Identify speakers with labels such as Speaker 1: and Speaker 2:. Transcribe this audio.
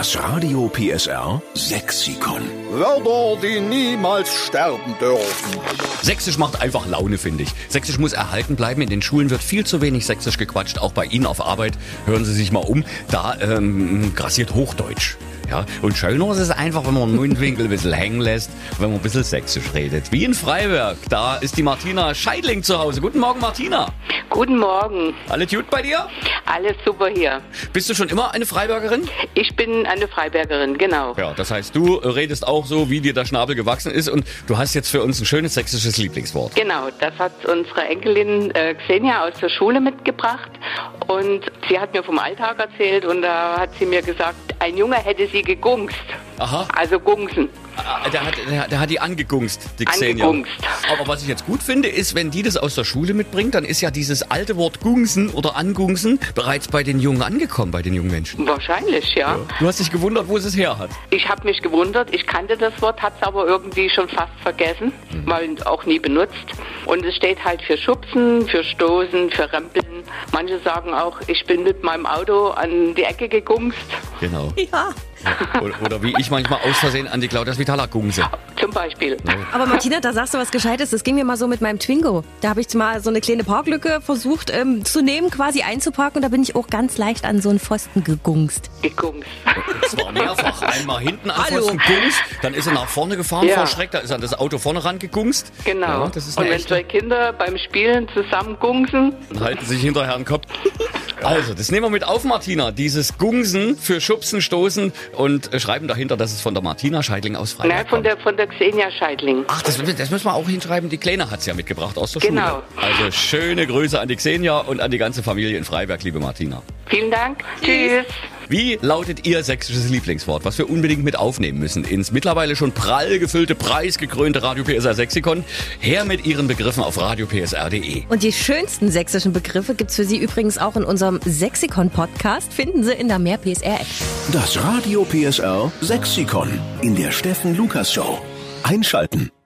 Speaker 1: Das Radio PSR Sexikon.
Speaker 2: Wörter, die niemals sterben dürfen.
Speaker 3: Sächsisch macht einfach Laune, finde ich. Sächsisch muss erhalten bleiben. In den Schulen wird viel zu wenig Sächsisch gequatscht. Auch bei Ihnen auf Arbeit, hören Sie sich mal um, da grassiert Hochdeutsch. Ja, und schöner ist es einfach, wenn man den Mundwinkel ein bisschen hängen lässt, wenn man ein bisschen Sächsisch redet. Wie in Freiberg, da ist die Martina Scheidling zu Hause. Guten Morgen, Martina.
Speaker 4: Guten Morgen.
Speaker 3: Alles gut bei dir?
Speaker 4: Alles super hier.
Speaker 3: Bist du schon immer eine Freibergerin?
Speaker 4: Ich bin eine Freibergerin, genau.
Speaker 3: Ja, das heißt, du redest auch so, wie dir der Schnabel gewachsen ist, und du hast jetzt für uns ein schönes sächsisches Lieblingswort.
Speaker 4: Genau, das hat unsere Enkelin Xenia aus der Schule mitgebracht und sie hat mir vom Alltag erzählt und da hat sie mir gesagt, ein Junge hätte sie gegungst.
Speaker 3: Aha.
Speaker 4: Also gungsen.
Speaker 3: Der hat die angegungst, die Xenia.
Speaker 4: Angegungst.
Speaker 3: Aber was ich jetzt gut finde, ist, wenn die das aus der Schule mitbringt, dann ist ja dieses alte Wort gungsen oder angungsen bereits bei den Jungen angekommen, bei den jungen Menschen.
Speaker 4: Wahrscheinlich, ja.
Speaker 3: Du hast dich gewundert, wo es es her hat.
Speaker 4: Ich habe mich gewundert, ich kannte das Wort, hatte es aber irgendwie schon fast vergessen, mal auch nie benutzt. Und es steht halt für Schubsen, für Stoßen, für Rempeln. Manche sagen auch, ich bin mit meinem Auto an die Ecke gegungst.
Speaker 3: Genau.
Speaker 5: Ja.
Speaker 3: Oder wie ich manchmal aus Versehen an die Claudia Svitala gungse.
Speaker 4: Zum Beispiel.
Speaker 5: Aber Martina, da sagst du was Gescheites. Das ging mir mal so mit meinem Twingo. Da habe ich mal so eine kleine Parklücke versucht zu nehmen, quasi einzuparken. Und da bin ich auch ganz leicht an so einen Pfosten gegungst.
Speaker 4: Gegungst.
Speaker 3: Und zwar mehrfach. Einmal hinten an Pfosten gungst, dann ist er nach vorne gefahren vor Schreck, da ist er an das Auto vorne rangegungst.
Speaker 4: Genau.
Speaker 3: Ja, das ist
Speaker 4: und wenn
Speaker 3: echte...
Speaker 4: zwei Kinder beim Spielen zusammen gungsen.
Speaker 3: Dann halten sich hinterher den Kopf. Also, das nehmen wir mit auf, Martina. Dieses Gungsen für Schubsen, Stoßen und schreiben dahinter, dass es von der Martina Scheidling aus Freiberg
Speaker 4: Nein, von der Xenia Scheidling.
Speaker 3: Ach, das müssen wir auch hinschreiben. Die Kleine hat's ja mitgebracht aus der
Speaker 4: Genau.
Speaker 3: Schule. Also schöne Grüße an die Xenia und an die ganze Familie in Freiberg, liebe Martina.
Speaker 4: Vielen Dank. Tschüss.
Speaker 3: Wie lautet Ihr sächsisches Lieblingswort, was wir unbedingt mit aufnehmen müssen ins mittlerweile schon prall gefüllte, preisgekrönte Radio PSR Sexikon? Her mit Ihren Begriffen auf radiopsr.de.
Speaker 5: Und die schönsten sächsischen Begriffe gibt's für Sie übrigens auch in unserem Sexikon-Podcast. Finden Sie in der Mehr PSR-App.
Speaker 1: Das Radio PSR Sexikon in der Steffen Lukas Show. Einschalten.